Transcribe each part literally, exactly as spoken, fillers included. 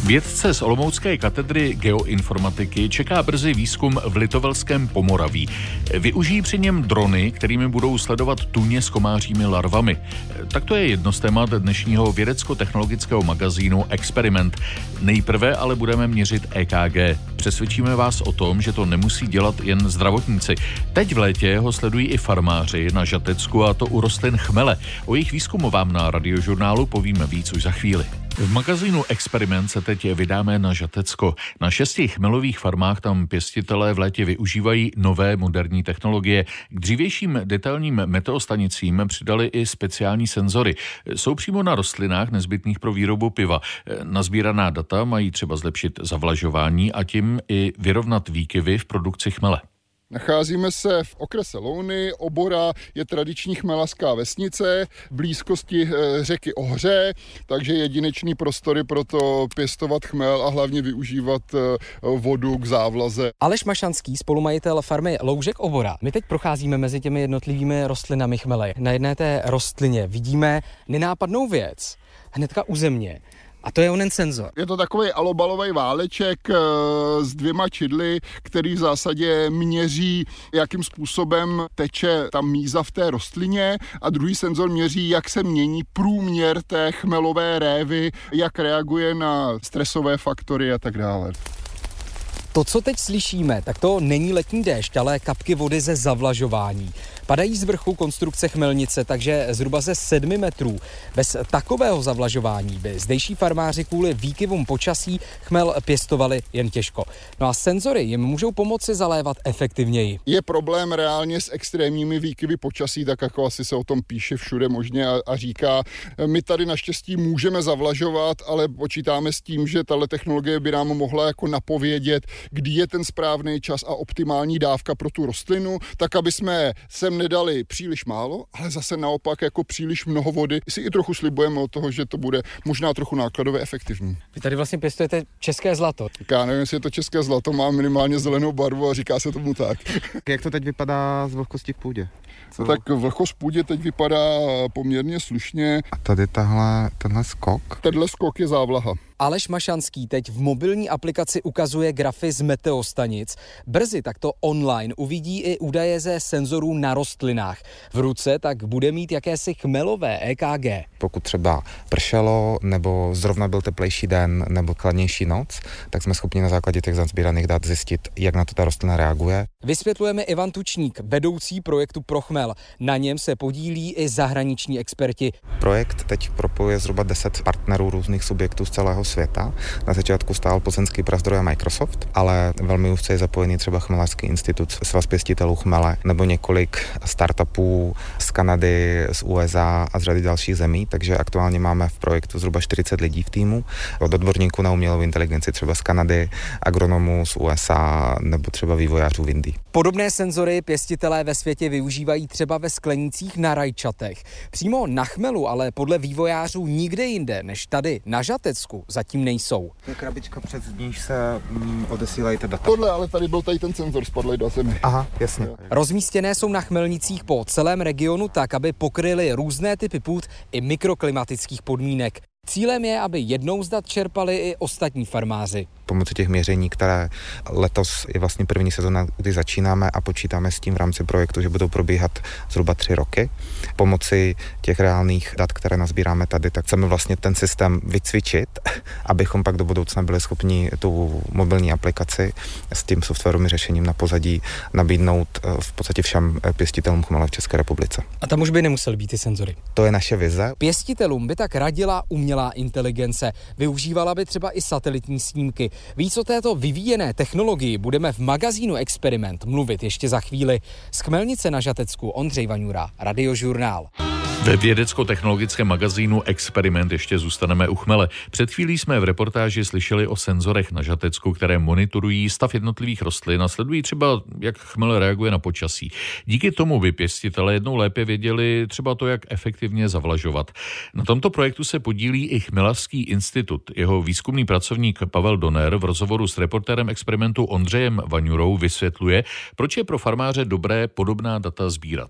Vědce z olomoucké katedry geoinformatiky čeká brzy výzkum v Litovelském Pomoraví. Využijí při něm drony, kterými budou sledovat tůně s komářími larvami. Tak to je jedno z témat dnešního vědecko-technologického magazínu Experiment. Nejprve ale budeme měřit E K G. Přesvědčíme vás o tom, že to nemusí dělat jen zdravotníci. Teď v létě ho sledují i farmáři na Žatecku, a to u rostlin chmele. O jejich výzkumu vám na Radiožurnálu povíme víc už za chvíli. V magazínu Experiment se teď vydáme na Žatecko. Na šesti chmelových farmách tam pěstitelé v létě využívají nové moderní technologie. K dřívějším detailním meteostanicím přidali i speciální senzory. Jsou přímo na rostlinách nezbytných pro výrobu piva. Nazbíraná data mají třeba zlepšit zavlažování a tím i vyrovnat výkyvy v produkci chmele. Nacházíme se v okrese Louny, Obora je tradiční chmelařská vesnice v blízkosti řeky Ohře, takže jedinečný prostory pro to pěstovat chmel a hlavně využívat vodu k závlaze. Aleš Mašanský, spolumajitel farmy Loužek Obora. My teď procházíme mezi těmi jednotlivými rostlinami chmele. Na jedné té rostlině vidíme nenápadnou věc, hnedka u země. A to je onen senzor. Je to takový alobalový váleček s dvěma čidly, který v zásadě měří, jakým způsobem teče ta míza v té rostlině, a druhý senzor měří, jak se mění průměr té chmelové révy, jak reaguje na stresové faktory a tak dále. To, co teď slyšíme, tak to není letní déšť, ale kapky vody ze zavlažování. Padají z vrchu konstrukce chmelnice, takže zhruba ze sedmi metrů. Bez takového zavlažování by zdejší farmáři kvůli výkyvům počasí chmel pěstovali jen těžko. No a senzory jim můžou pomoci zalévat efektivněji. Je problém reálně s extrémními výkyvy počasí, tak jako asi se o tom píše všude možně a, a říká. My tady naštěstí můžeme zavlažovat, ale počítáme s tím, že tahle technologie by nám mohla jako napovědět, kdy je ten správný čas a optimální dávka pro tu rostlinu, tak aby jsme sem nedali příliš málo, ale zase naopak jako příliš mnoho vody. Si i trochu slibujeme od toho, že to bude možná trochu nákladově efektivní. Vy tady vlastně pěstujete české zlato. Já nevím, jestli je to české zlato, má minimálně zelenou barvu a říká se tomu tak. Jak to teď vypadá z vlhkostí v půdě? No tak vlhkost v půdě teď vypadá poměrně slušně. A tady tahle, tenhle skok? Tenhle skok je závlaha. Aleš Mašanský teď v mobilní aplikaci ukazuje grafy z meteostanic. Brzy takto online uvidí i údaje ze senzorů na rostlinách. V ruce tak bude mít jakési chmelové E K G. Pokud třeba pršelo, nebo zrovna byl teplejší den, nebo chladnější noc, tak jsme schopni na základě těch nasbíraných dat zjistit, jak na to ta rostlina reaguje. Vysvětlujeme Ivan Tučník, vedoucí projektu pro chmel. Na něm se podílí i zahraniční experti. Projekt teď propojuje zhruba deset partnerů různých subjektů z celého světa. Na začátku stál Plzeňský prazdroj a Microsoft, ale velmi úzce je zapojený třeba Chmelařský institut, Svaz pěstitelů chmele, nebo několik startupů z Kanady, z U S A a z řady dalších zemí, takže aktuálně máme v projektu zhruba čtyřicet lidí v týmu, od odborníků na umělou inteligenci třeba z Kanady, agronomů z U S A nebo třeba vývojářů v Indii. Podobné senzory pěstitelé ve světě využívají třeba ve sklenících na rajčatech. Přímo na chmelu, ale podle vývojářů nikde jinde než tady na Žatecku zatím nejsou. To je krabička, přes níž se mm, odesílají ta data. Tohle, ale tady byl tady ten senzor, spadlej do zemi. Aha, jasně. Rozmístěné jsou na chmelnicích po celém regionu tak, aby pokryly různé typy půd i mikroklimatických podmínek. Cílem je, aby jednou z dat čerpali i ostatní farmáři. Pomocí těch měření, které letos je vlastně první sezóna, kdy začínáme a počítáme s tím v rámci projektu, že budou probíhat zhruba tři roky. Pomocí těch reálných dat, které nazbíráme tady, tak chceme vlastně ten systém vycvičit, abychom pak do budoucna byli schopni tu mobilní aplikaci s tím softwarovým řešením na pozadí nabídnout v podstatě všem pěstitelům chmele v České republice. A tam už by nemusely být ty senzory. To je naše vize. Pěstitelům by tak radila umělá inteligence. Využívala by třeba i satelitní snímky. Víc o této vyvíjené technologii budeme v magazínu Experiment mluvit ještě za chvíli. Z Chmelnice na Žatecku Ondřej Vaňura, Radiožurnál. Ve vědecko-technologickém magazínu Experiment ještě zůstaneme u chmele. Před chvílí jsme v reportáži slyšeli o senzorech na Žatecku, které monitorují stav jednotlivých rostlin a sledují třeba, jak chmel reaguje na počasí. Díky tomu by pěstitelé jednou lépe věděli třeba to, jak efektivně zavlažovat. Na tomto projektu se podílí i Chmelařský institut. Jeho výzkumný pracovník Pavel Doner v rozhovoru s reportérem Experimentu Ondřejem Vaňurou vysvětluje, proč je pro farmáře dobré podobná data sbírat.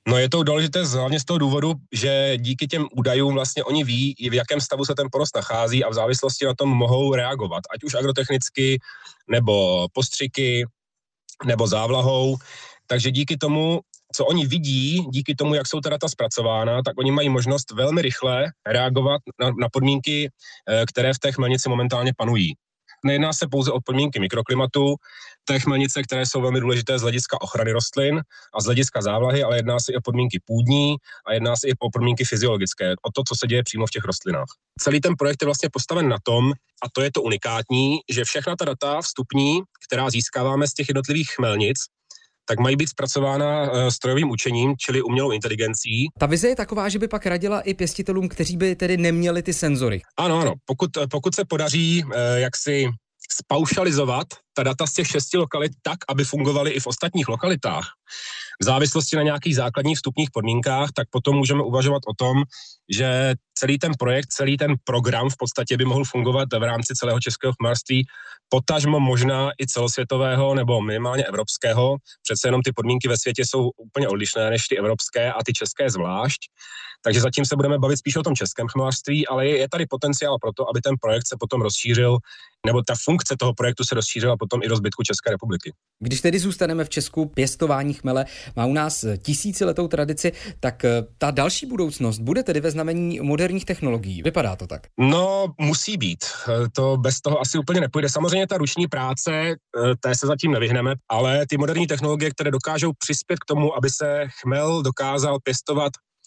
No je to důležité hlavně z toho důvodu, že díky těm údajům vlastně oni ví, v jakém stavu se ten porost nachází a v závislosti na tom mohou reagovat, ať už agrotechnicky, nebo postřiky, nebo závlahou. Takže díky tomu, co oni vidí, díky tomu, jak jsou ta data zpracována, tak oni mají možnost velmi rychle reagovat na, na podmínky, které v té chmelnici momentálně panují. Nejedná se pouze o podmínky mikroklimatu, té chmelnice, které jsou velmi důležité z hlediska ochrany rostlin a z hlediska závlahy, ale jedná se i o podmínky půdní a jedná se i o podmínky fyziologické, o to, co se děje přímo v těch rostlinách. Celý ten projekt je vlastně postaven na tom, a to je to unikátní, že všechna ta data vstupní, která získáváme z těch jednotlivých chmelnic, tak mají být zpracována strojovým učením, čili umělou inteligencí. Ta vize je taková, že by pak radila i pěstitelům, kteří by tedy neměli ty senzory. Ano, ano. Pokud, pokud se podaří jaksi spaušalizovat ta data z těch šesti lokalit tak, aby fungovaly i v ostatních lokalitách, v závislosti na nějakých základních vstupních podmínkách, tak potom můžeme uvažovat o tom, že celý ten projekt, celý ten program v podstatě by mohl fungovat v rámci celého českého chmelství, potažmo možná i celosvětového nebo minimálně evropského. Přece jenom ty podmínky ve světě jsou úplně odlišné než ty evropské a ty české zvlášť. Takže zatím se budeme bavit spíš o tom českém chmelařství, ale je tady potenciál pro to, aby ten projekt se potom rozšířil, nebo ta funkce toho projektu se rozšířila potom i do zbytku České republiky. Když tedy zůstaneme v Česku, pěstování chmele má u nás tisíciletou tradici, tak ta další budoucnost bude tedy ve znamení moderních technologií. Vypadá to tak? No, musí být. To bez toho asi úplně nepůjde. Samozřejmě ta ruční práce, té se zatím nevyhneme, ale ty moderní technologie, které dokážou přispět k tomu, aby se chmel dokázal pěstovat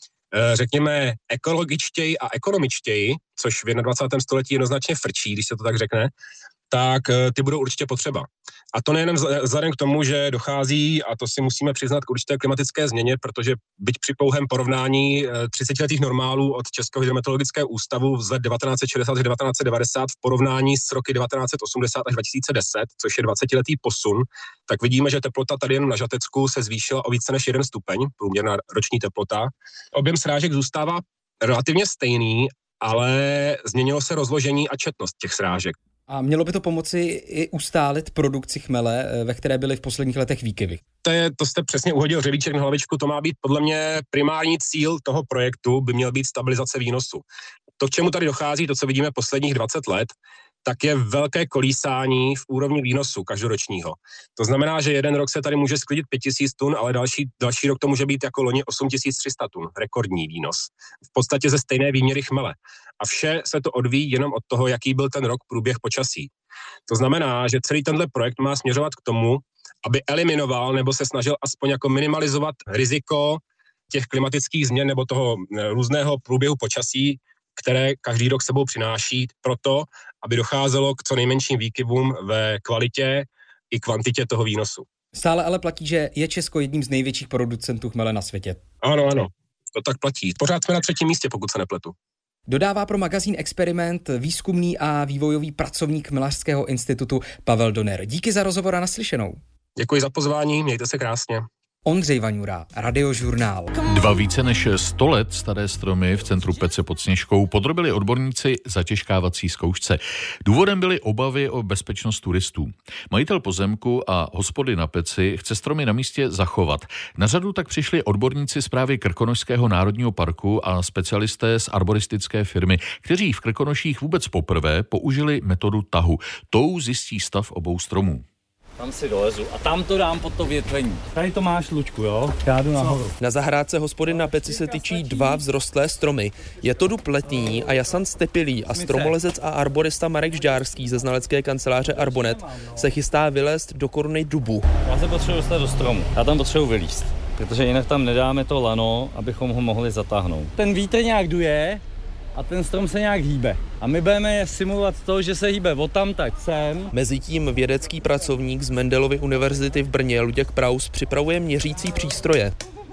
řekněme ekologičtěji a ekonomičtěji, což v dvacátém prvním století jednoznačně frčí, když se to tak řekne, tak ty budou určitě potřeba. A to nejenom vzhledem k tomu, že dochází, a to si musíme přiznat, k určité klimatické změně, protože byť při pouhém porovnání třicetiletých normálů od Českého hydrometeorologického ústavu z let devatenáct set šedesát až devatenáct set devadesát v porovnání s roky devatenáct set osmdesát až dva tisíce deset, což je dvacetiletý posun, tak vidíme, že teplota tady jen na Žatecku se zvýšila o více než jeden stupeň, průměrná roční teplota. Objem srážek zůstává relativně stejný, ale změnilo se rozložení a četnost těch srážek. A mělo by to pomoci i ustálit produkci chmele, ve které byly v posledních letech výkyvy? To, je, to jste přesně uhodil hřebíček na hlavičku, to má být podle mě primární cíl toho projektu, by měl být stabilizace výnosu. To, k čemu tady dochází, to, co vidíme posledních dvacet let, tak je velké kolísání v úrovni výnosu každoročního. To znamená, že jeden rok se tady může sklidit pět tisíc tun, ale další, další rok to může být jako loni osm tisíc tři sta tun, rekordní výnos. V podstatě ze stejné výměry chmele. A vše se to odvíjí jenom od toho, jaký byl ten rok průběh počasí. To znamená, že celý tenhle projekt má směřovat k tomu, aby eliminoval nebo se snažil aspoň jako minimalizovat riziko těch klimatických změn nebo toho různého průběhu počasí, které každý rok sebou přináší, proto, aby docházelo k co nejmenším výkyvům ve kvalitě i kvantitě toho výnosu. Stále ale platí, že je Česko jedním z největších producentů chmele na světě. Ano, ano, to tak platí. Pořád jsme na třetím místě, pokud se nepletu. Dodává pro magazín Experiment výzkumný a vývojový pracovník Chmelařského institutu Pavel Doner. Díky za rozhovor a naslyšenou. Děkuji za pozvání, mějte se krásně. Ondřej Vaňura, Radiožurnál. Dva více než sto let staré stromy v centru Pece pod Sněžkou podrobili odborníci zatěžkávací zkoušce. Důvodem byly obavy o bezpečnost turistů. Majitel pozemku a hospody na Peci chce stromy na místě zachovat. Na řadu tak přišli odborníci Správy Krkonošského národního parku a specialisté z arboristické firmy, kteří v Krkonoších vůbec poprvé použili metodu tahu. Tou zjistí stav obou stromů. Tam si dolezu a tam to dám pod to větvení. Tady to máš, Lučku, jo? Já jdu nahoru. Na zahrádce hospody na Peci se tyčí dva vzrostlé stromy. Je to dub letní a jasan stepilý a stromolezec a arborista Marek Žďárský ze znalecké kanceláře Arbonet se chystá vylézt do koruny dubu. Já se potřebuji dostat do stromu. Já tam potřebuji vylízt, protože jinak tam nedáme to lano, abychom ho mohli zatáhnout. Ten vítr nějak duje a ten strom se nějak hýbe. A my budeme simulovat to, že se hýbe odtamtud sem. Mezitím vědecký pracovník z Mendelovy univerzity v Brně Luděk Praus připravuje měřící přístroje.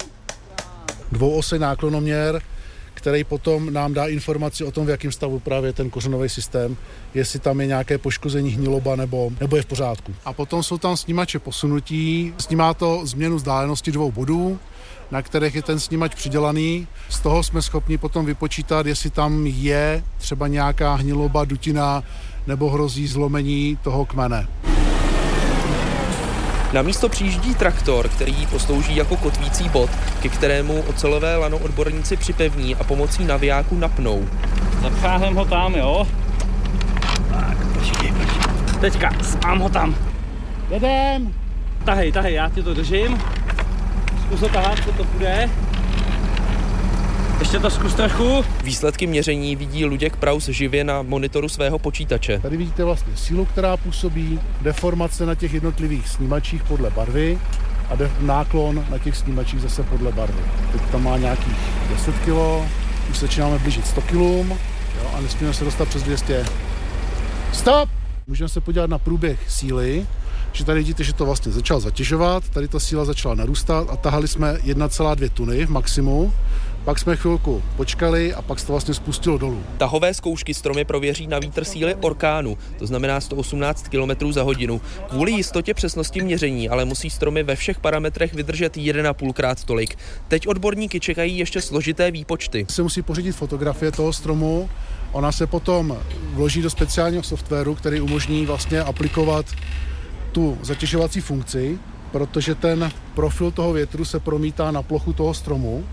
Dvouosý náklonoměr, který potom nám dá informaci o tom, v jakém stavu právě ten kořenový systém, jestli tam je nějaké poškození hniloba nebo, nebo je v pořádku. A potom jsou tam snímače posunutí, snímá to změnu vzdálenosti dvou bodů, na kterých je ten snímač přidělaný. Z toho jsme schopni potom vypočítat, jestli tam je třeba nějaká hniloba, dutina nebo hrozí zlomení toho kmene. Na místo přijíždí traktor, který poslouží jako kotvící bod, ke kterému ocelové lano odborníci připevní a pomocí navijáku napnou. Zapřáhneme ho tam, jo? Tak, počkej, počkej. Teďka, mám ho tam. Jedem! Tahej, tahej, já ti to držím. Zkus ho tahat, co to půjde. Ještě to zkus trochu. Výsledky měření vidí Luděk Praus živě na monitoru svého počítače. Tady vidíte vlastně sílu, která působí, deformace na těch jednotlivých snímačích podle barvy a de- náklon na těch snímačích zase podle barvy. Teď tam má nějakých deset kilo, už začínáme blížit sto kilům, jo, a nesmíme se dostat přes dvě stě. Stop! Můžeme se podívat na průběh síly, že tady vidíte, že to vlastně začal zatěžovat, tady ta síla začala narůstat a tahali jsme jedna celá dvě tuny v maximu. Pak jsme chvilku počkali a pak se to vlastně spustilo dolů. Tahové zkoušky stromy prověří na vítr síly orkánu, to znamená sto osmnáct kilometrů za hodinu. Kvůli jistotě přesnosti měření ale musí stromy ve všech parametrech vydržet jeden a půl krát tolik. Teď odborníky čekají ještě složité výpočty. Se musí pořídit fotografie toho stromu, ona se potom vloží do speciálního softwaru, který umožní vlastně aplikovat tu zatěžovací funkci, protože ten profil toho větru se promítá na plochu toho stromu.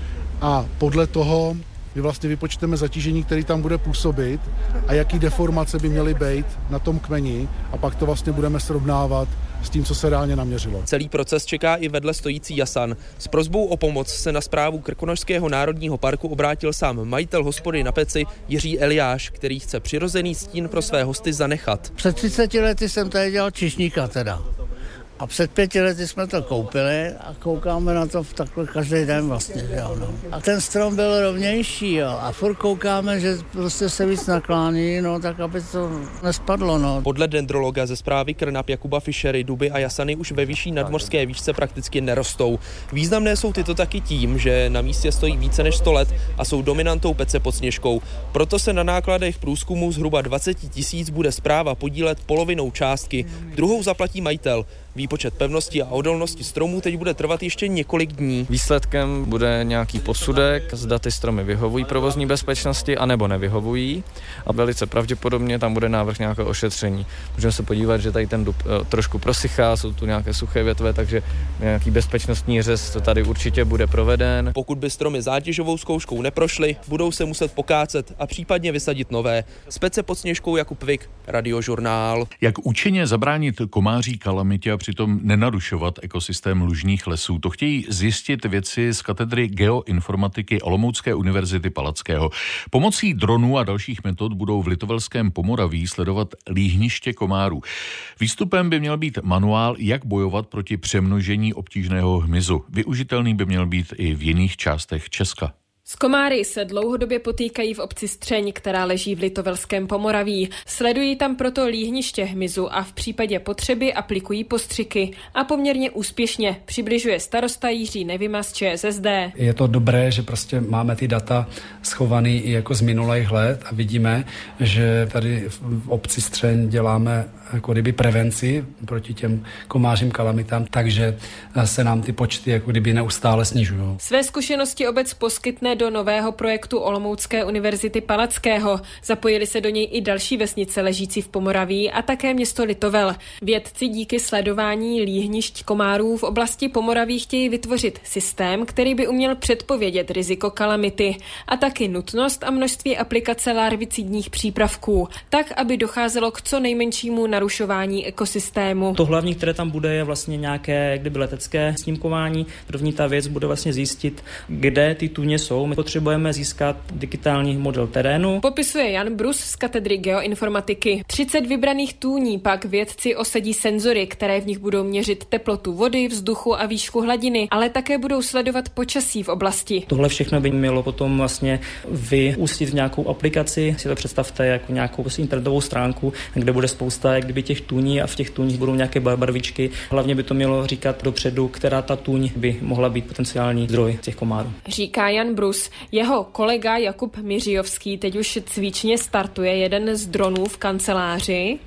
A podle toho my vlastně vypočteme zatížení, který tam bude působit a jaký deformace by měly být na tom kmeni a pak to vlastně budeme srovnávat s tím, co se reálně naměřilo. Celý proces čeká i vedle stojící Jasan. S prosbou o pomoc se na správu Krkonošského národního parku obrátil sám majitel hospody na Peci Jiří Eliáš, který chce přirozený stín pro své hosty zanechat. Před třiceti lety jsem tady dělal čišníka teda. A před pěti lety jsme to koupili a koukáme na to takhle každý den vlastně. Jo, no. A ten strom byl rovnější, jo. A furt koukáme, že prostě se víc naklání, no, tak aby to nespadlo, no. Podle dendrologa ze správy Krnap Jakuba Fischery duby a jasany už ve vyšší nadmořské výšce prakticky nerostou. Významné jsou tyto taky tím, že na místě stojí více než sto let a jsou dominantou Pece pod Sněžkou. Proto se na nákladech průzkumu zhruba dvacet tisíc bude správa podílet polovinou částky. Druhou zaplatí majitel. Výpočet pevnosti a odolnosti stromů teď bude trvat ještě několik dní. Výsledkem bude nějaký posudek, zda ty stromy vyhovují provozní bezpečnosti anebo nevyhovují a velice pravděpodobně tam bude návrh nějakého ošetření. Můžeme se podívat, že tady ten dub trošku prosychá, jsou tu nějaké suché větve, takže nějaký bezpečnostní řez tady určitě bude proveden. Pokud by stromy zátěžovou zkouškou neprošly, budou se muset pokácet a případně vysadit nové. Z Pece pod Sněžkou Jakub Vik, Radiožurnál. Jak účinně zabránit komáří kalamitě a přitom nenarušovat ekosystém lužních lesů. To chtějí zjistit vědci z katedry geoinformatiky Olomoucké univerzity Palackého. Pomocí dronů a dalších metod budou v Litovelském Pomoraví sledovat líhniště komárů. Výstupem by měl být manuál, jak bojovat proti přemnožení obtížného hmyzu. Využitelný by měl být i v jiných částech Česka. S komáry se dlouhodobě potýkají v obci Střeň, která leží v Litovelském Pomoraví. Sledují tam proto líhniště hmyzu a v případě potřeby aplikují postřiky. A poměrně úspěšně, přibližuje starosta Jiří Nevima z ČSSD. Je to dobré, že prostě máme ty data schovaný i jako z minulých let a vidíme, že tady v obci Střeň děláme jako kdyby prevenci proti těm komářím kalamitám, takže se nám ty počty jako kdyby neustále snižují. Své zkušenosti obec poskytne do nového projektu Olomoucké univerzity Palackého. Zapojili se do něj i další vesnice ležící v Pomoraví a také město Litovel. Vědci díky sledování líhnišť komárů v oblasti Pomoraví chtějí vytvořit systém, který by uměl předpovědět riziko kalamity a taky nutnost a množství aplikace larvicidních přípravků, tak, aby docházelo k co nejmenšímu narušování ekosystému. To hlavní, které tam bude, je vlastně nějaké kdyby letecké snímkování. První ta věc bude vlastně zjistit, kde ty tůně jsou. My potřebujeme získat digitální model terénu. Popisuje Jan Brus z katedry geoinformatiky. třicet vybraných tůní pak vědci osadí senzory, které v nich budou měřit teplotu vody, vzduchu a výšku hladiny, ale také budou sledovat počasí v oblasti. Tohle všechno by mělo potom vlastně vyústit v nějakou aplikaci. Si to představte jako nějakou internetovou stránku, kde bude spousta jak kdyby těch tůní a v těch tůních budou nějaké barvičky. Hlavně by to mělo říkat dopředu, která ta tůň by mohla být potenciální zdroj těch komárů. Říká Jan Brus. Jeho kolega Jakub Miřijovský teď už cvičně startuje jeden z dronů v kanceláři.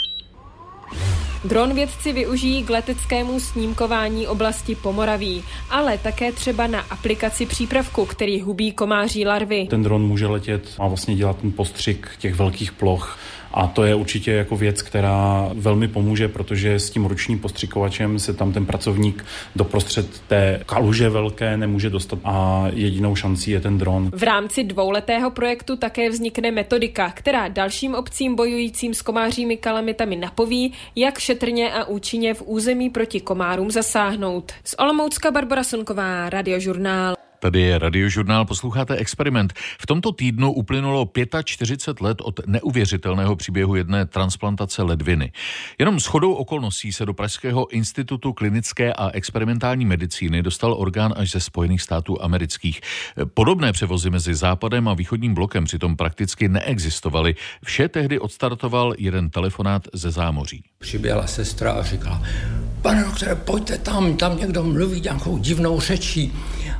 Dron vědci využijí k leteckému snímkování oblasti Pomoraví, ale také třeba na aplikaci přípravku, který hubí komáří larvy. Ten dron může letět a vlastně dělat ten postřik těch velkých ploch A to je určitě jako věc, která velmi pomůže, protože s tím ručním postřikovačem se tam ten pracovník doprostřed té kaluže velké nemůže dostat a jedinou šancí je ten dron. V rámci dvouletého projektu také vznikne metodika, která dalším obcím bojujícím s komářími kalamitami napoví, jak šetrně a účinně v území proti komárům zasáhnout. Z Olomoucka Barbora Sonková, Radiožurnál. Tady je Radiožurnál, posloucháte Experiment. V tomto týdnu uplynulo čtyřicet pět let od neuvěřitelného příběhu jedné transplantace ledviny. Jenom shodou okolností se do Pražského institutu klinické a experimentální medicíny dostal orgán až ze Spojených států amerických. Podobné převozy mezi západem a východním blokem přitom prakticky neexistovaly. Vše tehdy odstartoval jeden telefonát ze zámoří. Přiběhla sestra a říkala: pane doktore, pojďte tam, tam někdo mluví nějakou divnou řečí.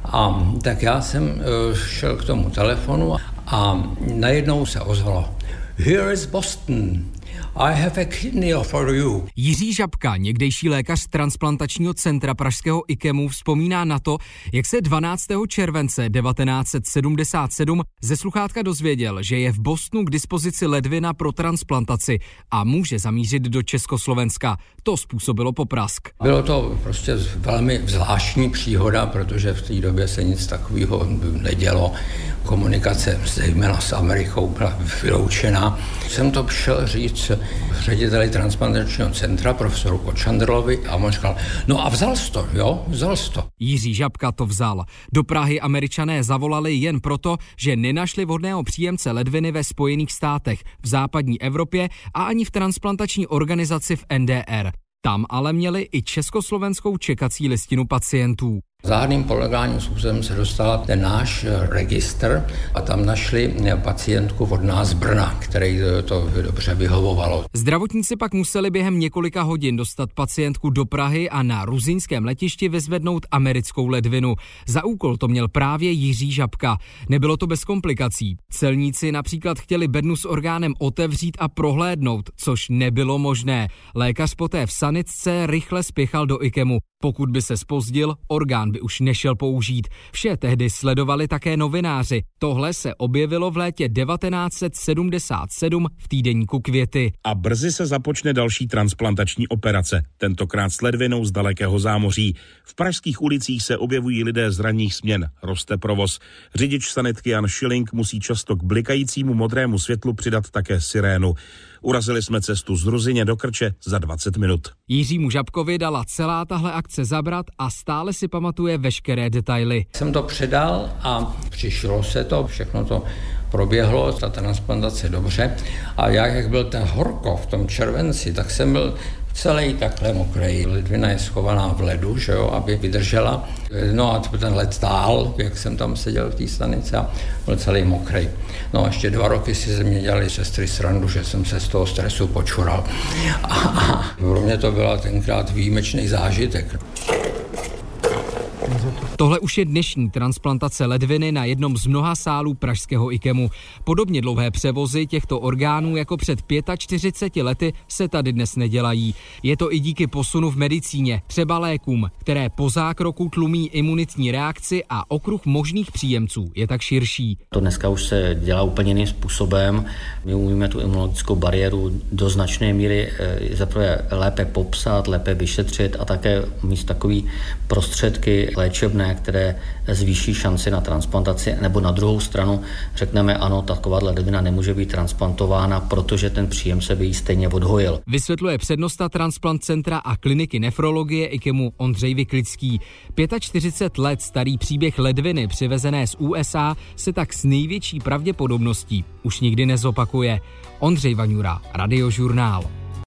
A tak já jsem šel k tomu telefonu a najednou se ozvalo: Here is Boston. I have a kidney for you. Jiří Žabka, někdejší lékař transplantačního centra pražského IKEMu, vzpomíná na to, jak se dvanáctého července devatenáct set sedmdesát sedm ze sluchátka dozvěděl, že je v Bostonu k dispozici ledvina pro transplantaci a může zamířit do Československa. To způsobilo poprask. Bylo to prostě velmi zvláštní příhoda, protože v té době se nic takového nedělo. Komunikace zejména s Amerikou byla vyloučená. Jsem to šel říct řediteli transplantačního centra, profesoru Kočandrlovi, a on říkal: no a vzal jsi to, jo, vzal jsi to. Jiří Žabka to vzal. Do Prahy Američané zavolali jen proto, že nenašli vhodného příjemce ledviny ve Spojených státech, v západní Evropě a ani v transplantační organizaci v N D R. Tam ale měli i československou čekací listinu pacientů. Záhadným polegáním způsobem se dostala ten náš registr a tam našli pacientku od nás z Brna, který to dobře vyhovovalo. Zdravotníci pak museli během několika hodin dostat pacientku do Prahy a na ruzyňském letišti vyzvednout americkou ledvinu. Za úkol to měl právě Jiří Žabka. Nebylo to bez komplikací. Celníci například chtěli bednu s orgánem otevřít a prohlédnout, což nebylo možné. Lékař poté v sanitce rychle spěchal do IKEMu. Pokud by se zpozdil, orgán by už nešel použít. Vše tehdy sledovali také novináři. Tohle se objevilo v létě devatenáct set sedmdesát sedm v týdeníku Květy. A brzy se započne další transplantační operace, tentokrát s ledvinou z dalekého zámoří. V pražských ulicích se objevují lidé z ranních směn, roste provoz. Řidič sanitky Jan Schilling musí často k blikajícímu modrému světlu přidat také sirénu. Urazili jsme cestu z Ruzyně do Krče za dvacet minut. Jiřímu Žabkovi dala celá tahle akce zabrat a stále si pamatuje veškeré detaily. Jsem to předal a přišlo se to, všechno to proběhlo, ta transplantace dobře. A já, jak byl ten horko v tom červenci, tak jsem byl celý takhle mokrý. Ledvina je schovaná v ledu, že jo, aby vydržela. No a ten led stál, jak jsem tam seděl v té stanici, a byl celý mokrý. No a ještě dva roky si ze mě dělali sestry srandu, že jsem se z toho stresu počural. A, a pro mě to byla tenkrát výjimečný zážitek. Tohle už je dnešní transplantace ledviny na jednom z mnoha sálů pražského IKEMu. Podobně dlouhé převozy těchto orgánů jako před čtyřiceti pěti lety se tady dnes nedělají. Je to i díky posunu v medicíně, třeba lékům, které po zákroku tlumí imunitní reakci a okruh možných příjemců je tak širší. To dneska už se dělá úplně jiným způsobem. My umíme tu imunologickou bariéru do značné míry zaprvé lépe popsat, lépe vyšetřit a také mít takový prostředky léčebné, které zvýší šanci na transplantaci, nebo na druhou stranu řekneme ano, taková ledvina nemůže být transplantována, protože ten příjemce by ji stejně odhojil. Vysvětluje přednosta transplant centra a kliniky nefrologie IKEMu Ondřej Vyklický. čtyřicet pět let starý příběh ledviny přivezené z U S A se tak s největší pravděpodobností už nikdy nezopakuje. Ondřej Vaňura, Radiožurnál.